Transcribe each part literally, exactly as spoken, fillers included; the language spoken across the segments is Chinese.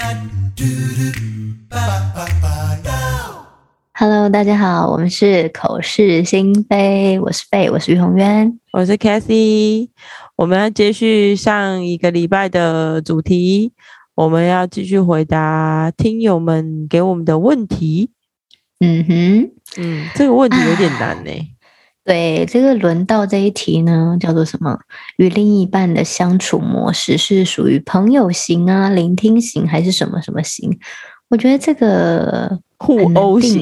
Hello， 大家好，我们是口是心非，我是费，我是于宏渊， 我是 Cathy。我们要接续上一个礼拜的主题，我们要继续回答听友们给我们的问题。 嗯哼， 嗯，这个问题有点难呢、欸。 对，这个轮到这一题呢，叫做什么？与另一半的相处模式是属于朋友型啊、聆听型，还是什么什么型？我觉得这个互殴型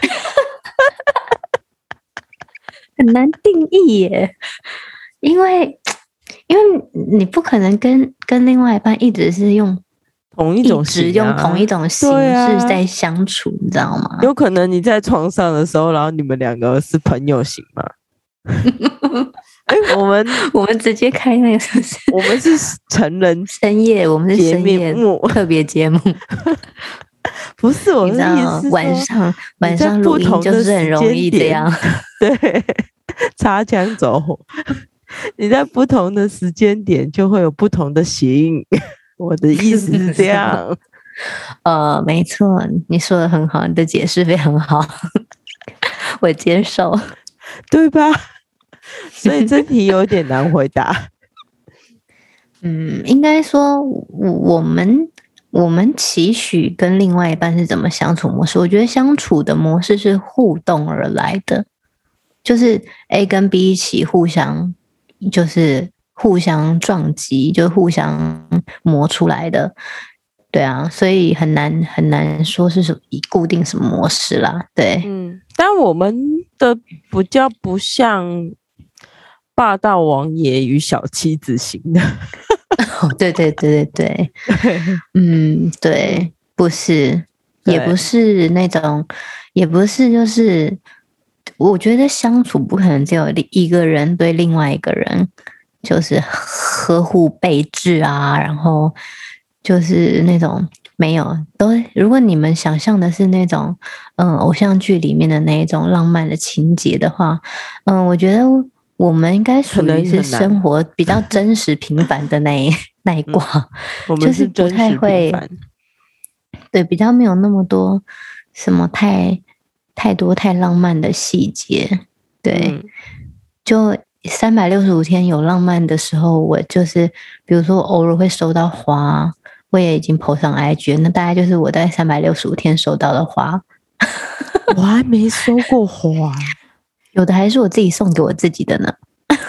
很难定义耶，因为因为你不可能跟跟另外一半一直是用同一种型、啊、 一直用同一种形式在相处、啊、你知道吗？ 有可能你在床上的时候，然后你们两个是朋友型吗？哎、欸，我们我们直接开那个是不是？ 我们是成人深夜，我们是深夜特别节目。 不是我的意思是说， 晚上晚上录音就是很容易这样， 对，擦枪走火。你在不同的时间点就会有不同的型。我的意思是这样。 呃，没错，你说的很好，你的解释非常好，我接受， 对吧？所以这题有点难回答。 嗯，应该说我们。我们期许跟另外一半是怎么相处模式？我觉得相处的模式是互动而来的，就是 A 跟 B 一起互相，就是互相撞击，就互相磨出来的。对啊，所以很难很难说是什么固定什么模式啦。对， 嗯，但我们的比较不像霸道王爷与小妻子型的。 哦，对对对对对，嗯，对，不是，也不是那种，也不是，就是我觉得相处不可能只有一个人对另外一个人就是呵护备至啊，然后就是那种没有都，如果你们想象的是那种嗯偶像剧里面的那一种浪漫的情节的话，嗯，我觉得。我们应该属于是生活比较真实平凡的那一那一挂、嗯， 我们是就是不太会，对，比较没有那么多什么太太多太浪漫的细节，对，嗯、就三百六十五天有浪漫的时候，我就是比如说偶尔会收到花，我也已经 po 上 I G， 那大概就是我在三百六十五天收到的花， 我还没收过花。 有的还是我自己送给我自己的呢。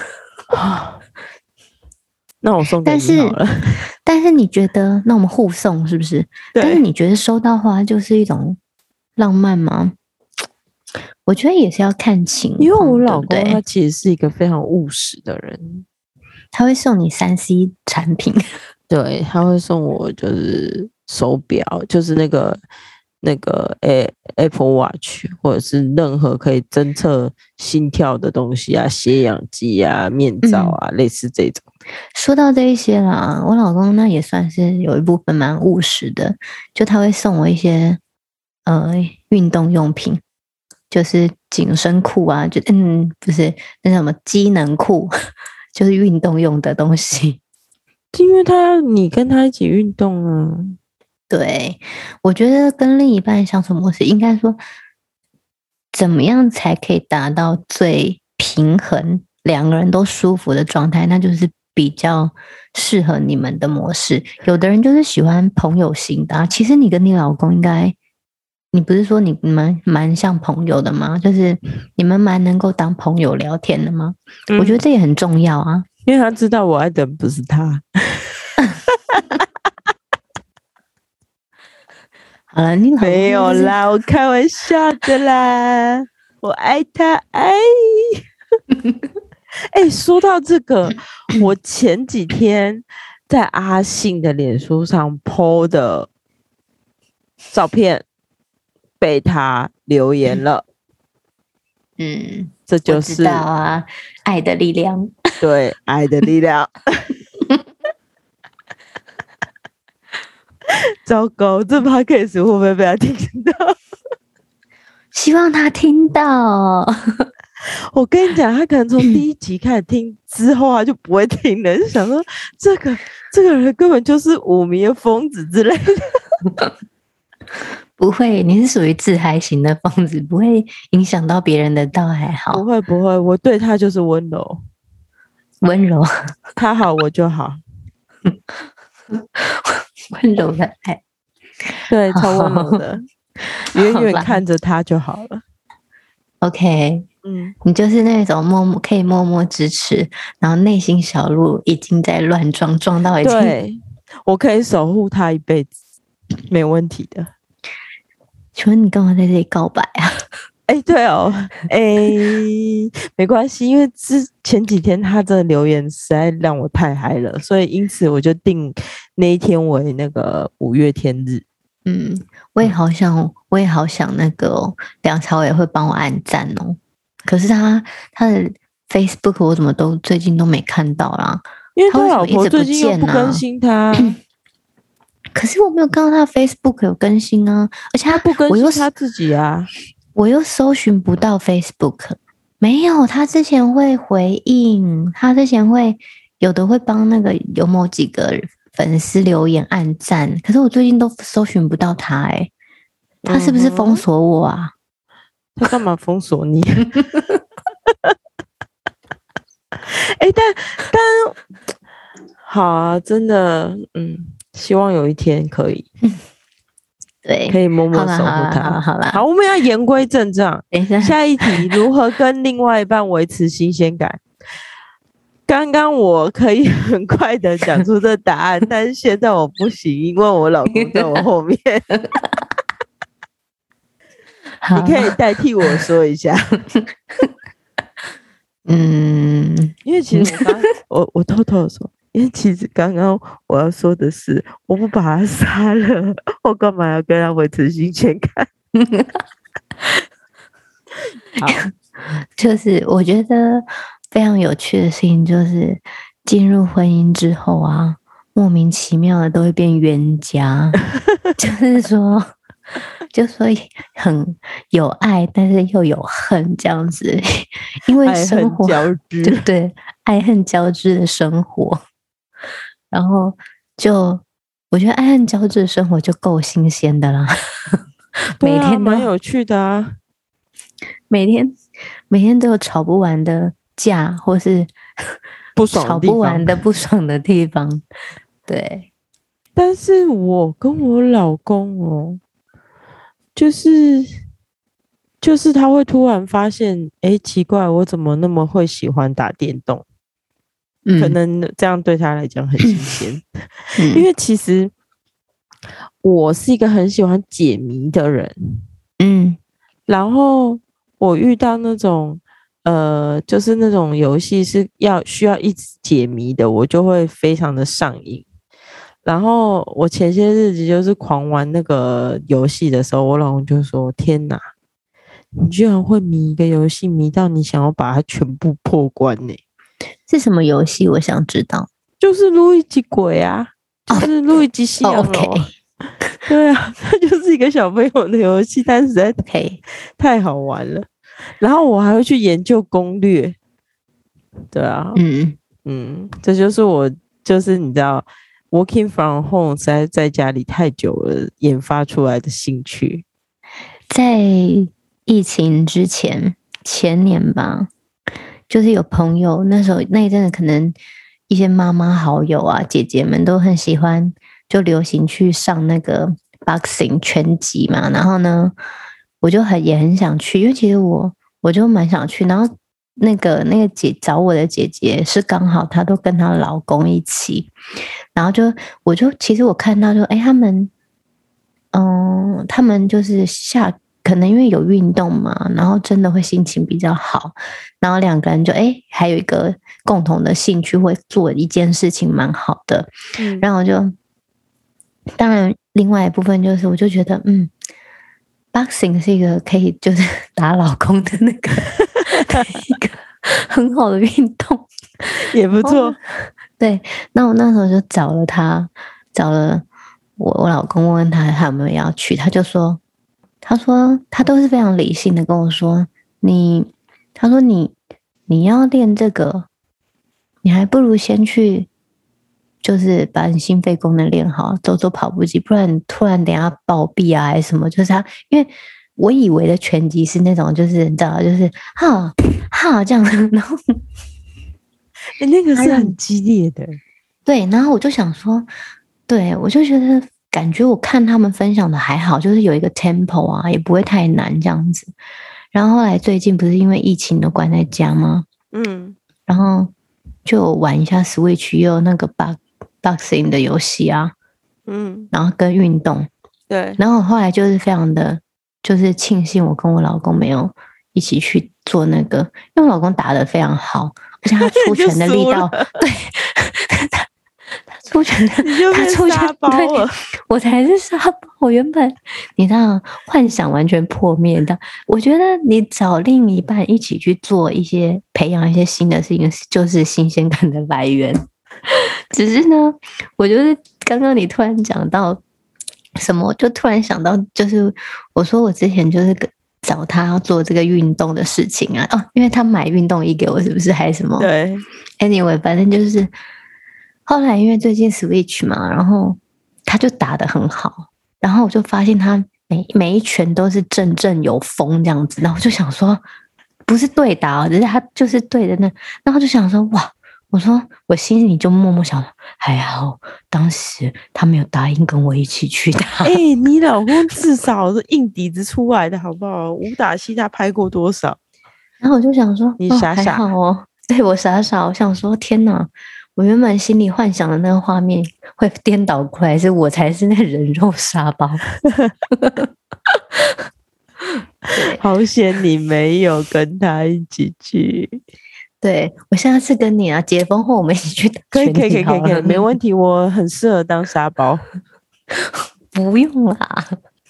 那我送给你好了。 但是，但是你觉得，那我们互送是不是？但是你觉得收到花就是一种浪漫吗？我觉得也是要看情况， 因为我老公对对他其实是一个非常务实的人， 他会送你三 C 产品， 对，他会送我就是手表，就是那个。那个 Apple Watch 或者是任何可以侦测心跳的东西啊，血氧机啊，面罩啊、嗯，类似这种。 说到这一些啦，我老公那也算是有一部分蛮务实的，就他会送我一些呃运动用品，就是紧身裤啊，就嗯不是那什么机能裤，就是运动用的东西。 因为他要你跟他一起运动啊。 对，我觉得跟另一半相处模式，应该说怎么样才可以达到最平衡、两个人都舒服的状态，那就是比较适合你们的模式。有的人就是喜欢朋友型的、啊，其实你跟你老公应该，你不是说你们蛮像朋友的吗？就是你们蛮能够当朋友聊天的吗？嗯、我觉得这也很重要啊， 因为他知道我爱的不是他。 好了，你老公没有啦，我开玩笑的啦，我爱他爱。哎、欸，说到这个，我前几天在阿信的脸书上 po 的照片被他留言了。 嗯， 这就是我知道啊，爱的力量。 对，爱的力量。糟糕，这 podcast 会不会被他听到？ 希望他听到。 我跟你讲，他可能从第一集开始听，之后他就不会听了，就想说这个这个人根本就是五迷的疯子之类的。 不会，你是属于自嗨型的疯子，不会影响到别人的，倒还好。 不会不会，我对他就是温柔， 温柔， 他好我就好， 温柔的爱， 对，超温柔的，远远看着他就好了。 OK， 嗯， 你就是那种默默可以默默支持，然后内心小鹿已经在乱撞，撞到已经， 对，我可以守护他一辈子，没问题的。 请问你干嘛在这里告白啊？ 哎、欸，对哦，哎、欸，没关系，因为之前几天他的留言实在让我太嗨了，所以因此我就定那一天为那个五月天日。 嗯，我也好想，我也好想那个、哦、梁朝伟会帮我按赞哦。可是他他的 Facebook 我怎么都最近都没看到啦， 因为他老婆最近又不更新他。 可是我没有看到他的 Facebook 有更新啊，而且 他, 他不更新他自己啊， 我又搜寻不到 Facebook， 没有，他之前会回应，他之前会有的会帮那个有某几个粉丝留言按赞，可是我最近都搜寻不到他、欸，哎，他是不是封锁我啊？ 嗯、他干嘛封锁你？哎、欸，但但好啊，真的，嗯，希望有一天可以。 对， 可以默默守护他。 好啦，好啦， 好，我们要言归正传。 等一下， 下一题，如何跟另外一半维持新鲜感？刚刚我可以很快的讲出这答案，但是现在我不行，因为我老公在我后面。你可以代替我说一下。 嗯， 因为其实我刚我我偷偷的说。因为其实刚刚我要说的是，我不把他杀了，我干嘛要跟他维持新鲜感？好， 就是我觉得非常有趣的事情，就是进入婚姻之后啊，莫名其妙的都会变冤家，就是说，就说很有爱，但是又有恨这样子，因为生活爱恨交织， 对对，爱恨交织的生活。然后就我觉得爱恨交织的生活就够新鲜的啦，每天都蛮有趣的啊， 每天每天都有吵不完的架，或是不爽吵不完的不爽的地方。对， 但是我跟我老公哦，就是就是他会突然发现，哎，奇怪，我怎么那么会喜欢打电动？ 嗯、 可能这样对他来讲很新鲜，嗯、因为其实我是一个很喜欢解谜的人，嗯，然后我遇到那种呃，就是那种游戏是要需要一直解谜的，我就会非常的上瘾。然后我前些日子就是狂玩那个游戏的时候，我老公就说：“天哪，你居然会迷一个游戏，迷到你想要把它全部破关呢、欸！” 是什么游戏？我想知道。 就是路易吉鬼啊，就是路易吉西洋楼。 Oh, okay. 对啊，它就是一个小朋友的游戏，但实在太、 okay. 太好玩了。然后我还会去研究攻略。对啊，嗯嗯，这就是我，就是你知道 ，working from home 实在在家里太久了，研发出来的兴趣。 在疫情之前，前年吧。就是有朋友那时候那一阵子，可能一些妈妈好友啊、姐姐们都很喜欢，就流行去上那个 boxing 拳击嘛。然后呢，我就很也很想去，因为其实我我就蛮想去。然后那个那个姐找我的姐姐是刚好她都跟她老公一起，然后就我就其实我看到就哎他们，嗯，他们就是下。可能因为有运动嘛，然后真的会心情比较好，然后两个人就哎，还有一个共同的兴趣，会做一件事情蛮好的。嗯，然后就当然另外一部分就是，我就觉得嗯 ，boxing 是一个可以就是打老公的那个一个很好的运动， 也不错。 对，那我那时候就找了他，找了我我老公，问他他有没有要去，他就说。他说他都是非常理性的跟我说，你他说你你要练这个，你还不如先去就是把你心肺功能练好，走走跑步机，不然你突然等下暴毙啊还是什么，就是他，因为我以为的拳击是那种，就是你知道，就是哈哈这样，然后， 哎、欸，那个是很激烈的， 对，然后我就想说，对我就觉得感觉我看他们分享的还好，就是有一个 tempo 啊，也不会太难这样子。然后后来最近不是因为疫情都关在家吗？嗯，然后就玩一下 Switch， 也有那个 box boxing 的游戏啊，嗯，然后跟运动，对，然后后来就是非常的，就是庆幸我跟我老公没有一起去做那个，因为我老公打得非常好，而且他出拳的力道，对。出拳的，他出拳对，我才是沙包。我原本你知道，幻想完全破灭的。我觉得你找另一半一起去做一些培养一些新的事情，就是新鲜感的来源。只是呢，我觉得刚刚你突然讲到什么，我就突然想到，就是我说我之前就是找他要做这个运动的事情啊，哦，因为他买运动衣给我，是不是还是什么？对 ，anyway， 反正就是。后来因为最近 Switch 嘛，然后他就打得很好，然后我就发现他每每一拳都是阵阵有风这样子，然后我就想说，不是对打，只是他就是对的那，然后就想说哇，我说我心里就默默想，还好当时他没有答应跟我一起去打。 哎、欸，你老公至少是硬底子出来的好不好？武打戏他拍过多少？ 然后我就想说， 你傻傻、 哦、还好哦，对我傻傻，我想说天哪。我原本心里幻想的那个画面会颠倒过来，是我才是那个人肉沙包。 好险你没有跟他一起去。 对，我下次跟你啊，解封后我们一起去打拳击。 可以可以可以可以可以，没问题，我很适合当沙包。 不用啦。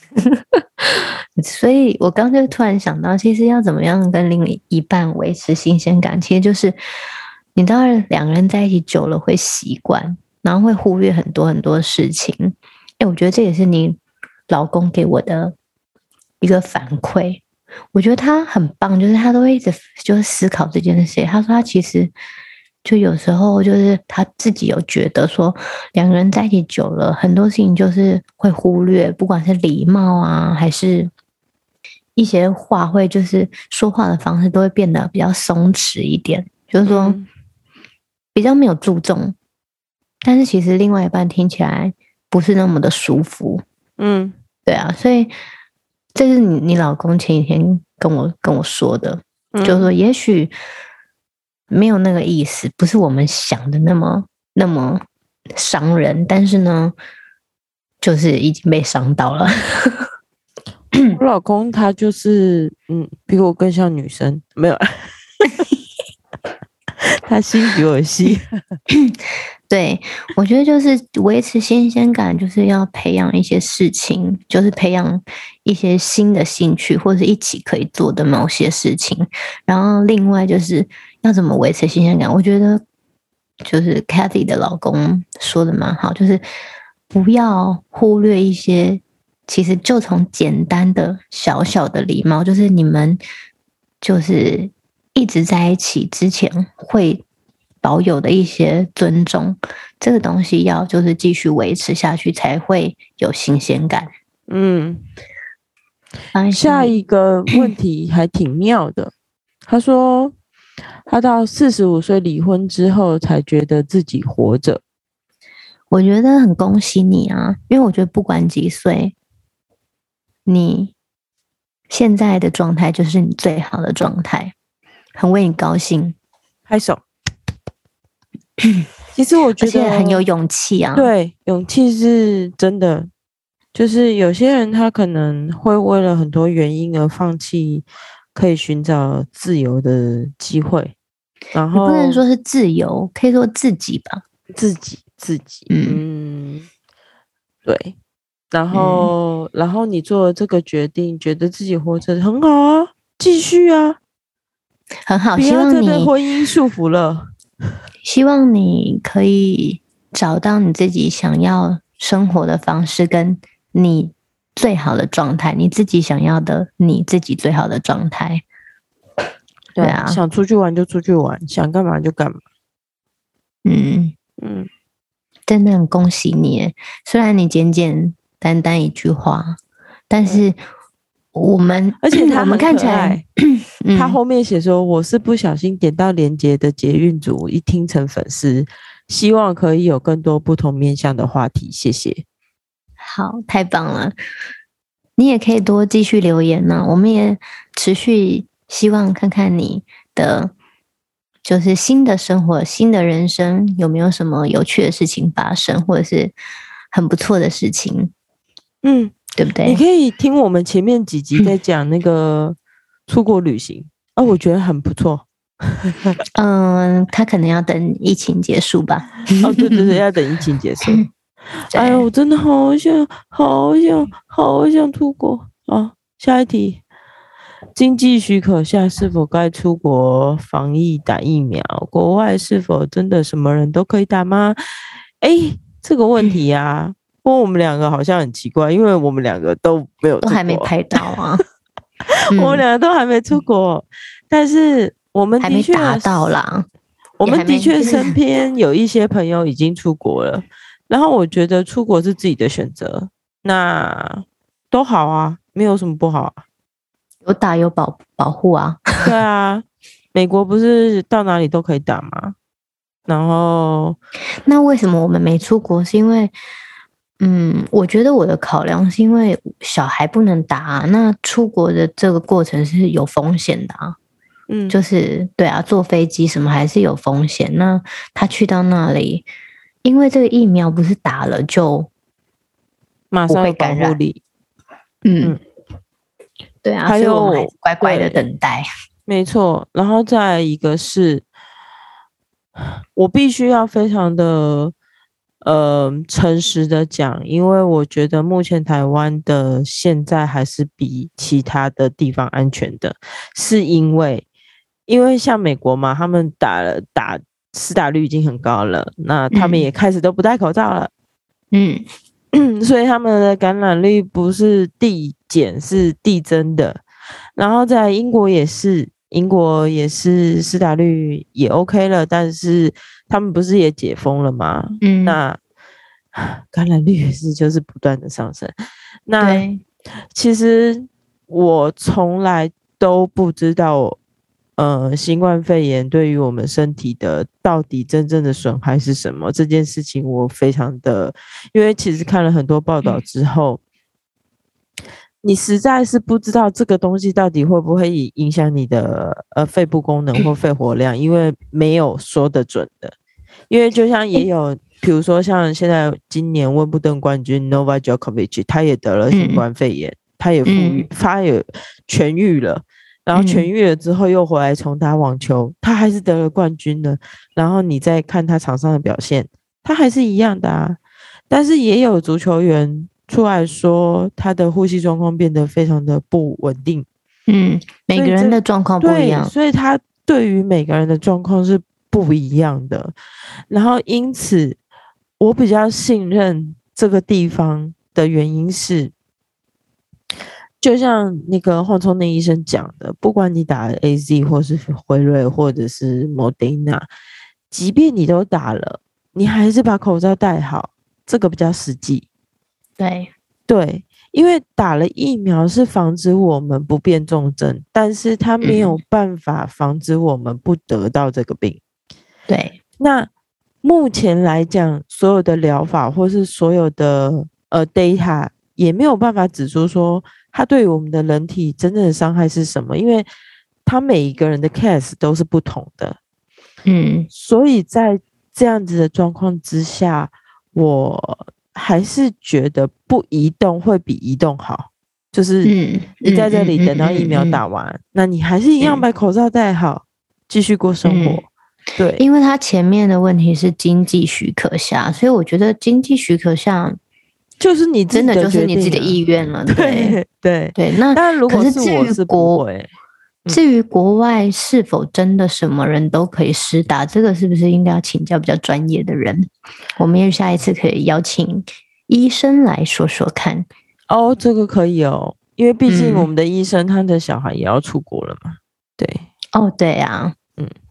所以我刚就突然想到，其实要怎么样跟另一半维持新鲜感，其实就是你知道两个人在一起久了会习惯，然后会忽略很多很多事情。哎，我觉得这也是你老公给我的一个反馈，我觉得他很棒，就是他都会一直就是思考这件事。他说他其实就有时候就是他自己有觉得说，两个人在一起久了，很多事情就是会忽略，不管是礼貌啊，还是一些话会就是说话的方式都会变得比较松弛一点，就是说。嗯比较没有注重，但是其实另外一半听起来不是那么的舒服，嗯，对啊，所以这是你你老公前几天跟我跟我说的，嗯、就是说也许没有那个意思，不是我们想的那么那么伤人，但是呢，就是已经被伤到了。 我老公他就是嗯，比我更像女生，没有。他心比我细。 对，我觉得就是维持新鲜感，就是要培养一些事情，就是培养一些新的兴趣，或者一起可以做的某些事情。然后另外就是要怎么维持新鲜感，我觉得就是 Cathy 的老公说的蛮好，就是不要忽略一些，其实就从简单的小小的礼貌，就是你们就是一直在一起之前会保有的一些尊重，这个东西要就是继续维持下去，才会有新鲜感。嗯， 下一个问题还挺妙的，他说他到四十五岁离婚之后才觉得自己活着。 我觉得很恭喜你啊，因为我觉得不管几岁，你现在的状态就是你最好的状态，很为你高兴， 拍手。其实我觉得很有勇气啊。 对，勇气是真的，就是有些人他可能会为了很多原因而放弃可以寻找自由的机会，然后你不能说是自由，可以说自己吧， 自己自己，嗯，嗯对，然后、嗯、然后你做了这个决定，觉得自己活着很好啊，继续啊， 很好， 不要再被婚姻束缚了。 希望你可以找到你自己想要生活的方式，跟你最好的状态，你自己想要的你自己最好的状态。 对啊，想出去玩就出去玩，想干嘛就干嘛。 嗯嗯， 真的很恭喜你。虽然你简简单单一句话，但是我们而且他我们看起来， 嗯、他后面写说我是不小心点到连结的捷运组，一听成粉丝，希望可以有更多不同面向的话题，谢谢。 好，太棒了。你也可以多继续留言呢、啊，我们也持续希望看看你的就是新的生活、新的人生有没有什么有趣的事情发生，或者是很不错的事情， 嗯， 对不对？ 你可以听我们前面几集在讲那个出国旅行，哦，我觉得很不错。 嗯，他可能要等疫情结束吧。 哦，对对对，要等疫情结束。哎呦，我真的好想、好想、好想出国啊！下一题，经济许可下是否该出国防疫打疫苗？国外是否真的什么人都可以打吗？哎，这个问题呀、啊，不过我们两个好像很奇怪，因为我们两个都没有出国， 都还没拍到啊。 我们两个都还没出国，但是我们的确还没达到啦。 我们的确身边有一些朋友已经出国了。然后我觉得出国是自己的选择，那都好啊，没有什么不好啊。 有打有保保护啊。 对啊，美国不是到哪里都可以打吗？然后， 那为什么我们没出国？是因为，嗯，我觉得我的考量是因为小孩不能打啊，那出国的这个过程是有风险的啊。嗯，就是对啊，坐飞机什么还是有风险。那他去到那里。因为这个疫苗不是打了就马上有保护力， 嗯，嗯对啊， 还有所以我们还是乖乖的等待。 没错，然后再来一个是，我必须要非常的呃诚实的讲，因为我觉得目前台湾的现在还是比其他的地方安全的，是因为因为像美国嘛，他们打了打。施打率已经很高了，那他们也开始都不戴口罩了，嗯，所以他们的感染率不是递减是递增的。然后在英国也是，英国也是施打率也 OK 了，但是他们不是也解封了吗？嗯，那感染率也是就是不断的上升。那其实我从来都不知道。呃，新冠肺炎对于我们身体的到底真正的损害是什么？这件事情我非常的，因为其实看了很多报道之后，你实在是不知道这个东西到底会不会影响你的呃肺部功能或肺活量，因为没有说得准的。因为就像也有，比如说像现在今年温布顿冠军 Novak Djokovic， 他也得了新冠肺炎，他也复愈，他也痊愈了。然后痊愈了之后又回来重打网球，他还是得了冠军了。然后你再看他场上的表现，他还是一样的啊。但是也有足球员出来说，他的呼吸状况变得非常的不稳定。嗯， 每个人的状况不一样， 所以他对于每个人的状况是不一样的。然后因此，我比较信任这个地方的原因是。就像那个黄聪内医生讲的，不管你打了 A Z 或是辉瑞或者是 Moderna， 即便你都打了，你还是把口罩戴好，这个比较实际。 对对，因为打了疫苗是防止我们不变重症，但是它没有办法防止我们不得到这个病。 对， 那目前来讲，所有的疗法或是所有的呃 data 也没有办法指出说。它对于我们的人体真正的伤害是什么？因为它每一个人的 case 都是不同的，嗯，所以在这样子的状况之下，我还是觉得不移动会比移动好。就是你在这里等到疫苗打完，嗯嗯嗯嗯、那你还是一样把口罩戴好，继续过生活。嗯、对， 因为它前面的问题是经济许可下，所以我觉得经济许可下。 就是你真的就是你自己的意愿了， 对对对。那但如果是至于国， 嗯、 至于国外是否真的什么人都可以施打，这个是不是应该要请教比较专业的人？我们也下一次可以邀请医生来说说看。 哦，这个可以哦，因为毕竟我们的医生他的小孩也要出国了嘛。对， 哦，对啊， 嗯，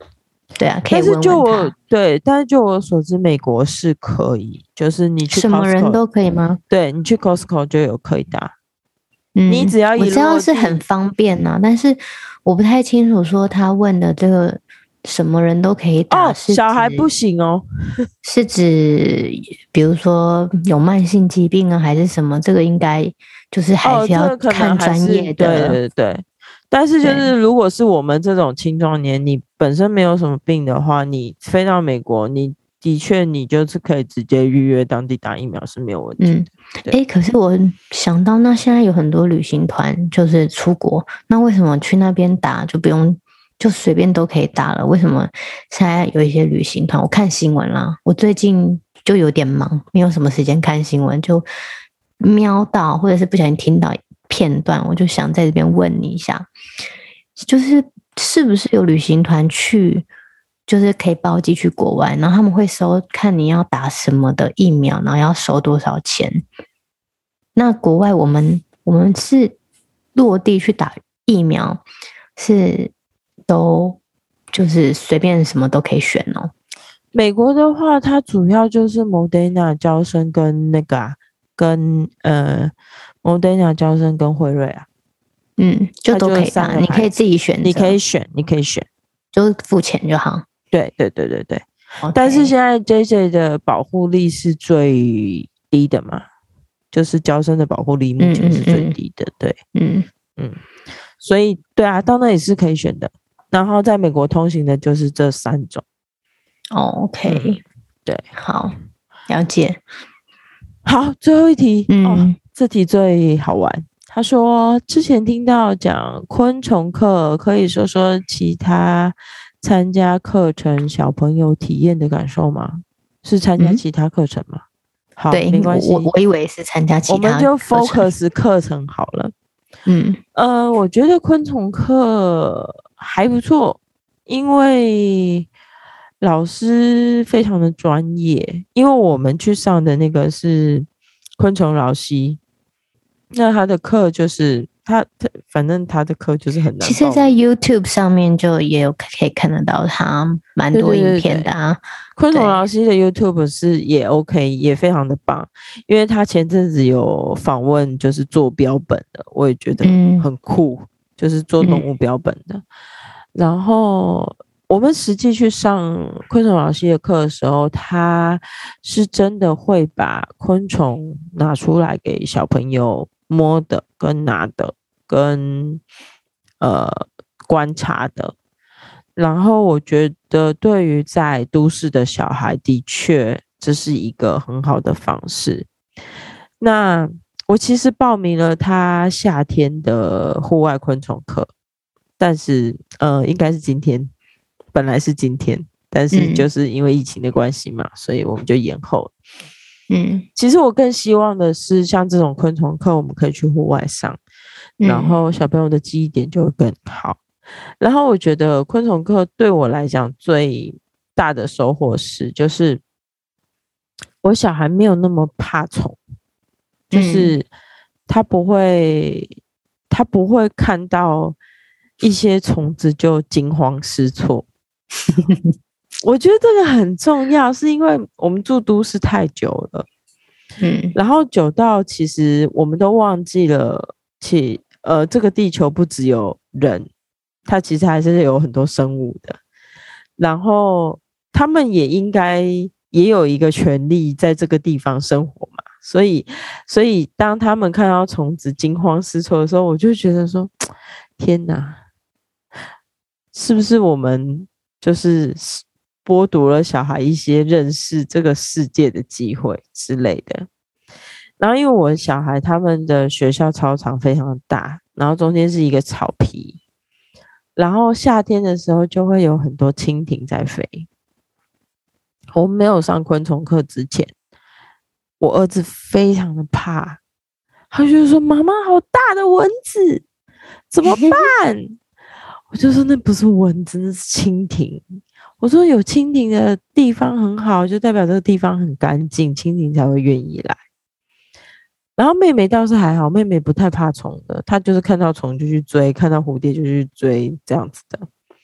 对啊，可以但是问问就我他。 对，但是就我所知，美国是可以，就是你去什么人 Costco， 都可以吗？ 对你去 Costco 就有可以打，你嗯， 只要一我知道是很落地， 方便呐、但是我不太清楚说他问的这个什么人都可以打， 哦， 是小孩不指行哦， 是指比如说有慢性疾病啊，还是什么？这个应该就是还哦， 是要这个可能看专还是业的。 对对对，但是就对， 是如果是我们这种青壮年，你本身没有什么病的话，你飞到美国，你的确你就是可以直接预约当地打疫苗是没有问题嗯， 的。对， 诶，可是我想到，那现在有很多旅行团就是出国，那为什么去那边打就不用，就随便都可以打了？为什么现在有一些旅行团？我看新闻啦，我最近就有点忙，没有什么时间看新闻，就瞄到或者是不小心听到片段，我就想在这边问你一下，就是是不是有旅行团去？就是可以包机去国外，然后他们会收看你要打什么的疫苗，然后要收多少钱。那国外我们我们是落地去打疫苗，是都就是随便什么都可以选哦。 美国的话，它主要就是 Moderna、嬌生跟那个啊，跟呃 Moderna、嬌生跟輝瑞啊， 嗯，就它就是都可以打，你可三个牌子， 以自己选你可以择， 选，你可以选。 就付钱就好。 对对对对对，但是 OK， 现在 J J 的保护力是最低的嘛，就是嬌生的保护力目嗯前是最嗯嗯低的，对， 嗯嗯，所以对啊，到那里是可以选的。然后在美国通行的就是这三种， 哦嗯， ，OK， 对， 好，了解。 好，最后一题哦， 嗯这题最好玩。他说之前听到讲昆虫课，可以说说其他参加课程小朋友体验的感受吗？是参加嗯， 其他课程吗？好， 对， 没关系， 我我以为是参加其他我们就课程。 focus 课程好了。 嗯呃，我觉得昆虫课还不错，因为老师非常的专业。因为我们去上的那个是昆虫老师，那他的课就是他他反正他的课就是很其实，在难报名。 YouTube 上面就也有可以看得到他蛮对对多影对对， 片的啊。 昆虫对， 老师的 YouTube 是也 OK，也非常的棒，因为他前阵子有访问就是做标本的，我也觉得嗯很酷，就是做动嗯物标本的。然后我们实际去上昆虫老师的课的时候，他是真的会把昆虫拿出来给小朋友摸的、跟拿的、跟呃观察的。然后我觉得，对于在都市的小孩，的确这是一个很好的方式。那我其实报名了他夏天的户外昆虫课，但是呃，应该是今天，本来是今天，但是就嗯是因为疫情的关系嘛，所以我们就延后了。 嗯其实我更希望的是，像这种昆虫课，我们可以去户外上，然嗯后小朋友的记忆点就会更好。然后我觉得昆虫课对我来讲最大的收获是，就是我小孩没有那么怕虫，就嗯， 是他不会，他不会看到一些虫子就惊慌失措。我觉得这个很重要，是因为我们住都市太久了， 嗯然后久到其实我们都忘记了，其呃这个地球不只有人，它其实还是有很多生物的，然后他们也应该也有一个权利在这个地方生活嘛，所以所以当他们看到虫子惊慌失措的时候，我就觉得说，天哪，是不是我们就是剥夺了小孩一些认识这个世界的机会之类的？然后因为我小孩他们的学校操场非常的大，然后中间是一个草皮，然后夏天的时候就会有很多蜻蜓在飞。我没有上昆虫课之前，我儿子非常的怕，他就说：“妈妈，好大的蚊子，怎么办？”我就说：“那不是蚊子，那是蜻蜓。”我说：“有蜻蜓的地方很好，就代表这个地方很干净，蜻蜓才会愿意来。”然后妹妹倒是还好，妹妹不太怕虫的，她就是看到虫就去追，看到蝴蝶就去追这样子的。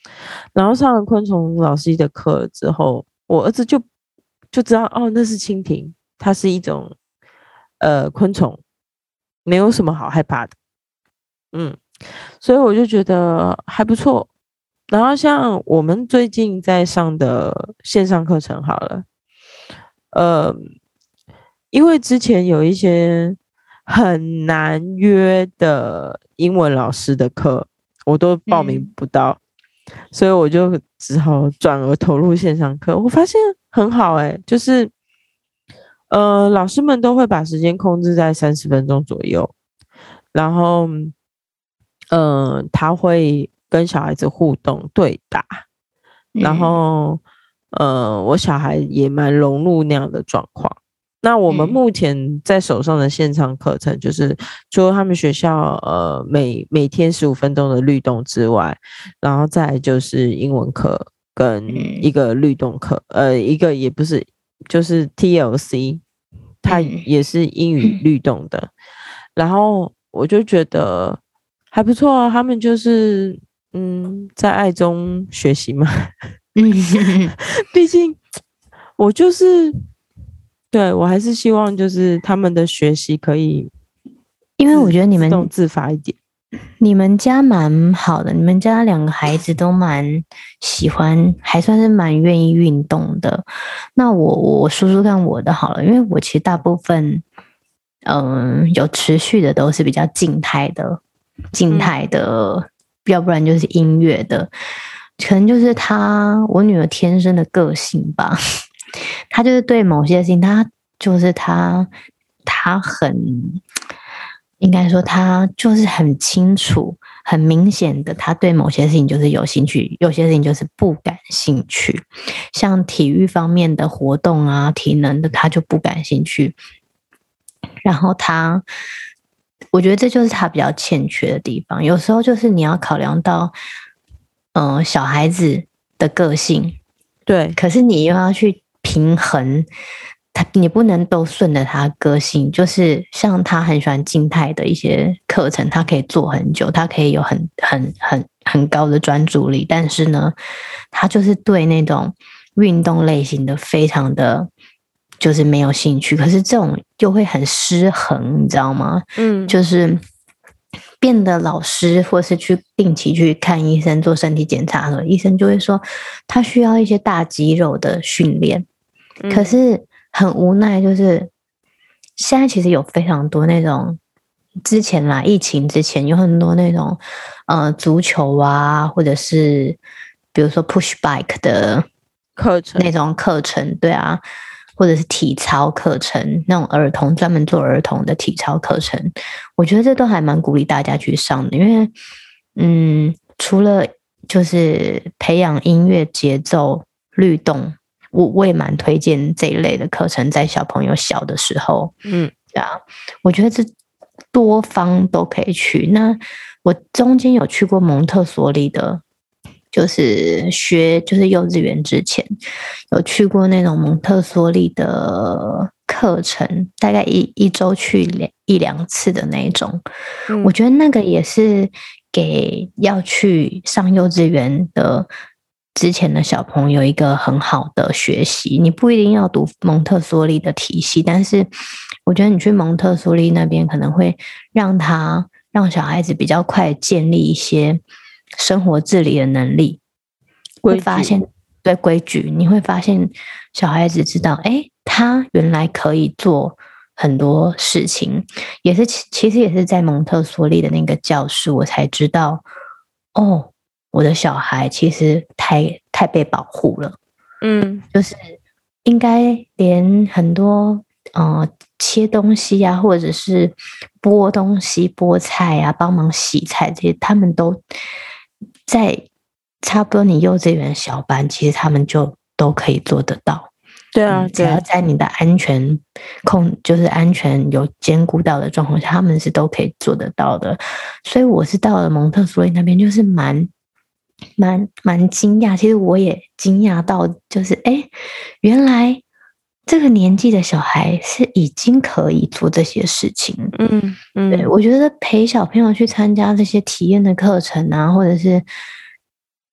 然后上了昆虫老师的课之后，我儿子就就知道哦，那是蜻蜓，它是一种呃昆虫，没有什么好害怕的。嗯，所以我就觉得还不错。然后像我们最近在上的线上课程好了，呃，因为之前有一些很难约的英文老师的课，我都报名不到，嗯、所以我就只好转而投入线上课。我发现很好哎、欸，就是呃，老师们都会把时间控制在三十分钟左右，然后呃，他会跟小孩子互动对答，然后呃，我小孩也蛮融入那样的状况。那我们目前在手上的线上课程，就是除了他们学校呃每每天十五分钟的律动之外，然后再来就是英文课跟一个律动课，呃，一个也不是，就是 T L C， 它也是英语律动的。然后我就觉得还不错啊，他们就是嗯在爱中学习嘛。嗯，毕竟我就是，对，我还是希望就是他们的学习可以， 因为我觉得你们自动自发一点。 你们家蛮好的，你们家两个孩子都蛮喜欢，还算是蛮愿意运动的。那我我说说看我的好了，因为我其实大部分，嗯、呃，有持续的都是比较静态的，静态的，嗯、要不然就是音乐的。可能就是他，我女儿天生的个性吧。她就是对某些事情，她就是她，她很，应该说她就是很清楚、很明显的，她对某些事情就是有兴趣，有些事情就是不感兴趣。像体育方面的活动啊、体能的，她就不感兴趣。然后她，我觉得这就是她比较欠缺的地方。有时候就是你要考量到。嗯、呃，小孩子的个性， 对， 可是你又要去平衡他，你不能都顺着他个性。就是像他很喜欢静态的一些课程，他可以做很久，他可以有很很很很高的专注力。但是呢，他就是对那种运动类型的非常的就是没有兴趣。可是这种就会很失衡，你知道吗？嗯，就是。变得老师或是去定期去看医生做身体检查的医生就会说他需要一些大肌肉的训练，嗯、可是很无奈，就是现在其实有非常多那种之前啦，疫情之前有很多那种呃足球啊，或者是比如说 push bike 的课程那种课程，对啊。或者是体操课程，那种儿童专门做儿童的体操课程，我觉得这都还蛮鼓励大家去上的。因为，嗯，除了就是培养音乐节奏律动，我我也蛮推荐这一类的课程，在小朋友小的时候，嗯，对啊，我觉得这多方都可以去。那我中间有去过蒙特梭利的。就是学，就是幼稚园之前有去过那种蒙特梭利的课程，大概一一周去两一两次的那种。嗯、我觉得那个也是给要去上幼稚园的之前的小朋友一个很好的学习。你不一定要读蒙特梭利的体系，但是我觉得你去蒙特梭利那边可能会让他让小孩子比较快建立一些。生活自理的能力，会发现对规矩，你会发现小孩子知道，哎，他原来可以做很多事情，也是其实也是在蒙特梭利的那个教室，我才知道，哦，我的小孩其实太太被保护了，嗯，就是应该连很多呃切东西啊，或者是剥东西、剥菜啊，帮忙洗菜这些，他们都。在差不多你幼稚园小班，其实他们就都可以做得到。 对啊，嗯、 只要在你的安全控，就是安全有兼顾到的状况下，他们是都可以做得到的。所以我是到了蒙特梭利那边，就是蛮蛮蛮惊讶。其实我也惊讶到，就是哎，原来这个年纪的小孩是已经可以做这些事情。嗯嗯，对，我觉得陪小朋友去参加这些体验的课程啊，或者是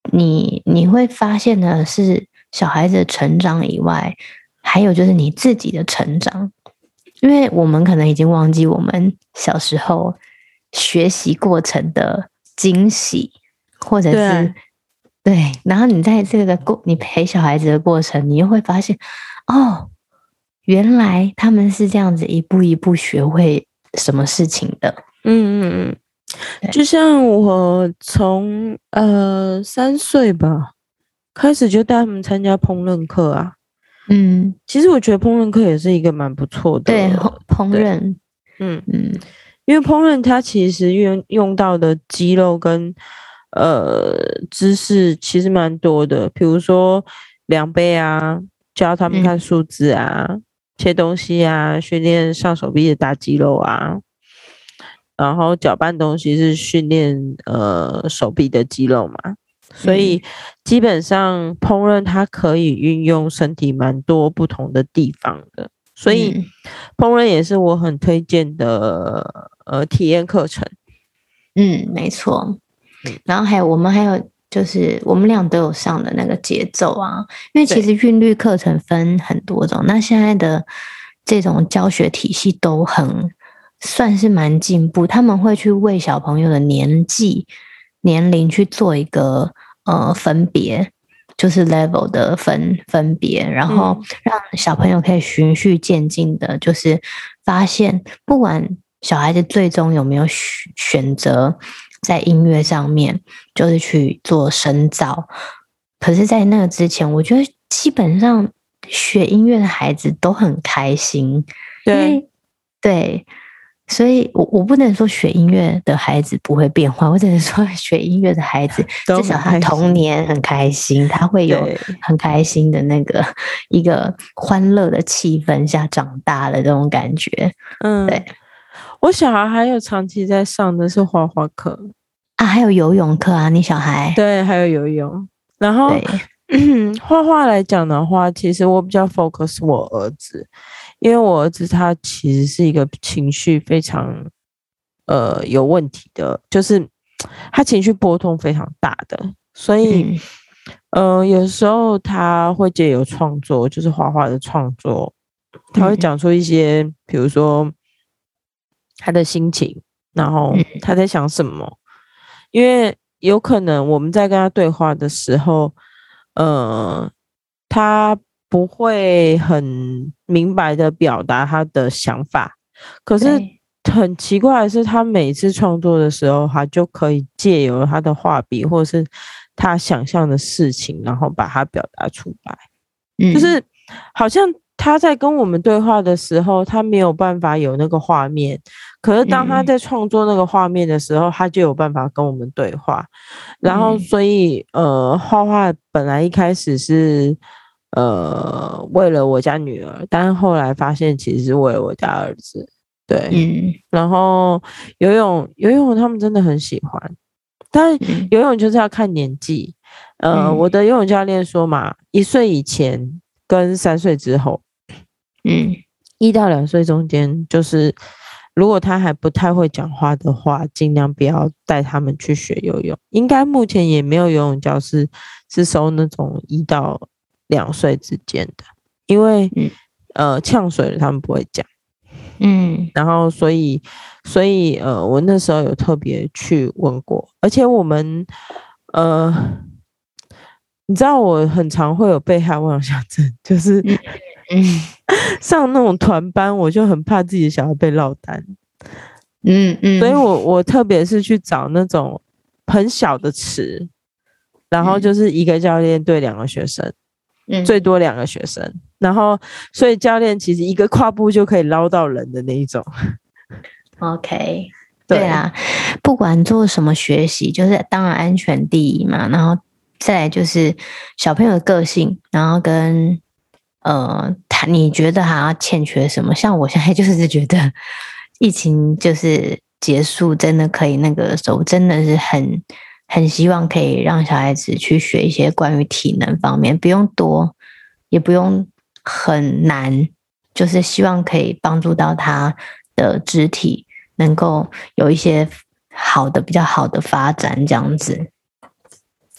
你你会发现的是小孩子的成长以外，还有就是你自己的成长，因为我们可能已经忘记我们小时候学习过程的惊喜，或者是对啊对，然后你在这个过你陪小孩子的过程，你又会发现，哦，原来他们是这样子一步一步学会什么事情的。 嗯嗯嗯，就像我从呃三岁吧开始就带他们参加烹饪课啊。 嗯， 其实我觉得烹饪课也是一个蛮不错的， 对，烹饪， 嗯嗯， 因为烹饪它其实用用到的肌肉跟呃知识其实蛮多的，比如说量杯啊，教他们看数字啊，嗯、切东西啊，训练上手臂的大肌肉啊，然后搅拌东西是训练呃手臂的肌肉嘛。所以基本上烹饪它可以运用身体蛮多不同的地方的，所以烹饪也是我很推荐的呃体验课程。 嗯，没错。然后还有我们还有就是我们俩都有上的那个节奏啊，因为其实韵律课程分很多种，那现在的这种教学体系都很算是蛮进步，他们会去为小朋友的年纪年龄去做一个呃分别，就是 level 的分分别，然后让小朋友可以循序渐进的，就是发现不管小孩子最终有没有选择在音乐上面，就是去做深造。可是，在那个之前，我觉得基本上学音乐的孩子都很开心，因为对。所以我我不能说学音乐的孩子不会变坏，我只能说学音乐的孩子至少他童年很开心，他会有很开心的那个一个欢乐的气氛下长大的这种感觉。嗯，对。 我小孩还有长期在上的是画画课啊，还有游泳课啊，你小孩？ 对，还有游泳。然后画画来讲的话，其实我比较 focus 我儿子。因为我儿子他其实是一个情绪非常呃有问题的，就是他情绪波动非常大的，所以嗯、呃、有时候他会借由创作，就是画画的创作，他会讲出一些比如说他的心情，然后他在想什么，因为有可能我们在跟他对话的时候呃他不会很明白的表达他的想法，可是很奇怪的是，他每次创作的时候，他就可以借由他的画笔或者是他想象的事情，然后把它表达出来。嗯，就是好像他在跟我们对话的时候，他没有办法有那个画面，可是当他在创作那个画面的时候，他就有办法跟我们对话。然后，所以呃，画画本来一开始是。呃，为了我家女儿，但是后来发现其实是为了我家儿子，对，嗯，然后游泳，游泳他们真的很喜欢，但游泳就是要看年纪，呃，嗯、我的游泳教练说嘛，一岁以前跟三岁之后，嗯，一到两岁中间，就是如果他还不太会讲话的话，尽量不要带他们去学游泳，应该目前也没有游泳教室是收那种一到两岁之间的，因为、嗯、呃呛水了他们不会讲，嗯，然后所以所以呃我那时候有特别去问过，而且我们呃你知道我很常会有被害妄想症，就是嗯上那种团班我就很怕自己的小孩被落单，嗯嗯，所以我我特别是去找那种很小的池，然后就是一个教练对两个学生。嗯、最多两个学生，然后所以教练其实一个跨步就可以捞到人的那一种。OK， 对, 对啊， 不管做什么学习，就是当然安全第一嘛，然后再来就是小朋友的个性，然后跟呃他你觉得他欠缺什么？像我现在就是觉得疫情就是结束，真的可以那个时候真的是很。很希望可以让小孩子去学一些关于体能方面，不用多，也不用很难，就是希望可以帮助到他的肢体能够有一些好的、比较好的发展，这样子。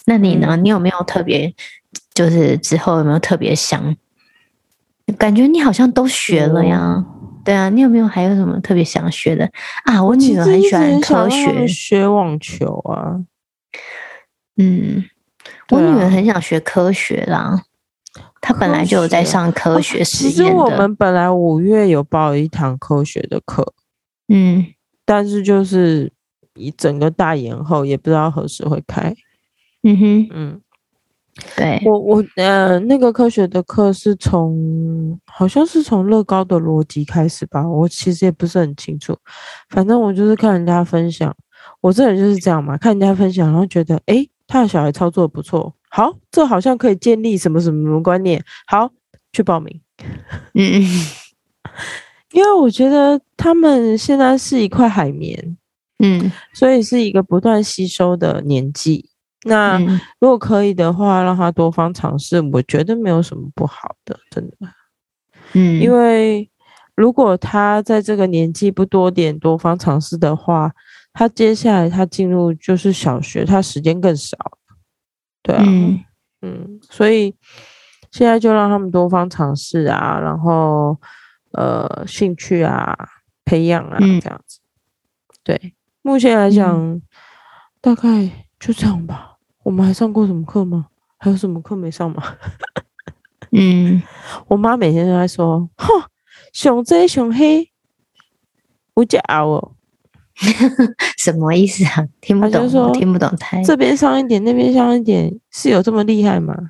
那你呢？嗯、你有没有特别，就是之后有没有特别想？感觉你好像都学了呀。哦、对啊，你有没有还有什么特别想学的啊？我女儿很喜欢科学， 学网球啊。 嗯，我女儿很想学科学啦。她本来就有在上科学实验的。 哦、其实我们本来五月有报一堂科学的课， 嗯， 但是就是一整个大延后，也不知道何时会开。 嗯哼， 嗯， 对， 我我呃那个科学的课是从好像是从乐高的逻辑开始吧，我其实也不是很清楚，反正我就是看人家分享，我这人就是这样嘛，看人家分享，然后觉得诶他的小孩操作不错，好，这好像可以建立什么什么什么观念，好，去报名。 嗯， 因为我觉得他们现在是一块海绵， 嗯， 所以是一个不断吸收的年纪。那如果可以的话，让他多方尝试，我觉得没有什么不好的，真的。 嗯， 因为如果他在这个年纪不多点多方尝试的话，他接下来他进入就是小学，他时间更少。对啊，嗯，嗯，所以现在就让他们多方尝试啊，然后呃兴趣啊培养啊、嗯、这样子。对，目前来讲、嗯、大概就这样吧。我们还上过什么课吗？还有什么课没上吗？ 嗯， 我妈每天都在说，哼，上这上黑，我就熬哦。 什么意思啊？听不懂，我听不懂台。 这边上一点，那边上一点，是有这么厉害吗？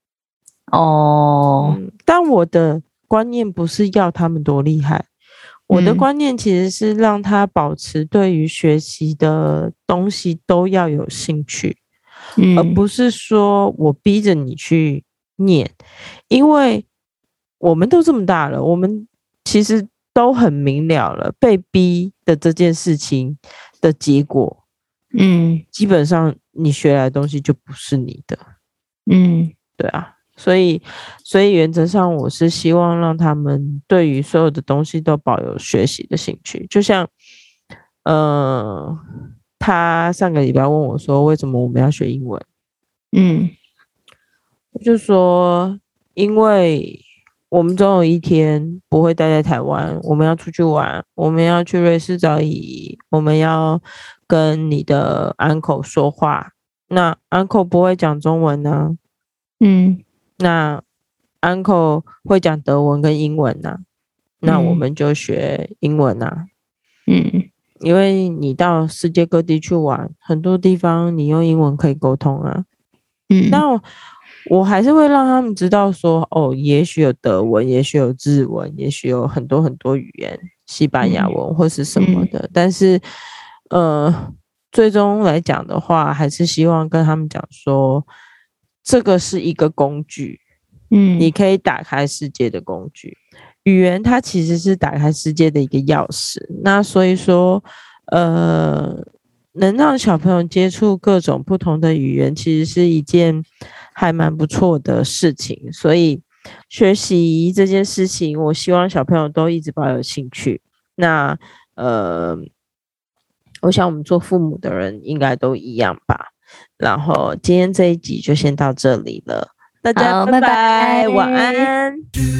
哦、 嗯，但我的观念不是要他们多厉害，我的观念其实是让他保持对于学习的东西都要有兴趣。嗯、而不是说我逼着你去念，因为我们都这么大了，我们其实都很明了了，被逼的这件事情的结果，嗯，基本上你学来的东西就不是你的，嗯，对啊，所以，所以原则上我是希望让他们对于所有的东西都保有学习的兴趣，就像，呃。他上个礼拜问我说：“为什么我们要学英文？”嗯，我就说：“因为我们总有一天不会待在台湾，我们要出去玩，我们要去瑞士找姨姨，我们要跟你的 uncle 说话。那 uncle 不会讲中文呢、啊，嗯，那 uncle 会讲德文跟英文呢、啊，那我们就学英文啊，嗯。”因为你到世界各地去玩，很多地方你用英文可以沟通啊。嗯，那 我, 我还是会让他们知道说，哦，也许有德文，也许有日文，也许有很多很多语言，西班牙文或是什么的。嗯、但是，呃，最终来讲的话，还是希望跟他们讲说，这个是一个工具，嗯，你可以打开世界的工具。语言它其实是打开世界的一个钥匙，那所以说，呃，能让小朋友接触各种不同的语言，其实是一件还蛮不错的事情。所以学习这件事情，我希望小朋友都一直保有兴趣。那呃，我想我们做父母的人应该都一样吧。然后今天这一集就先到这里了。大家拜拜，拜拜晚安。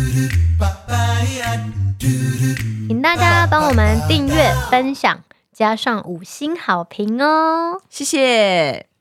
请大家帮我们订阅、分享，加上五星好评哦， 谢谢。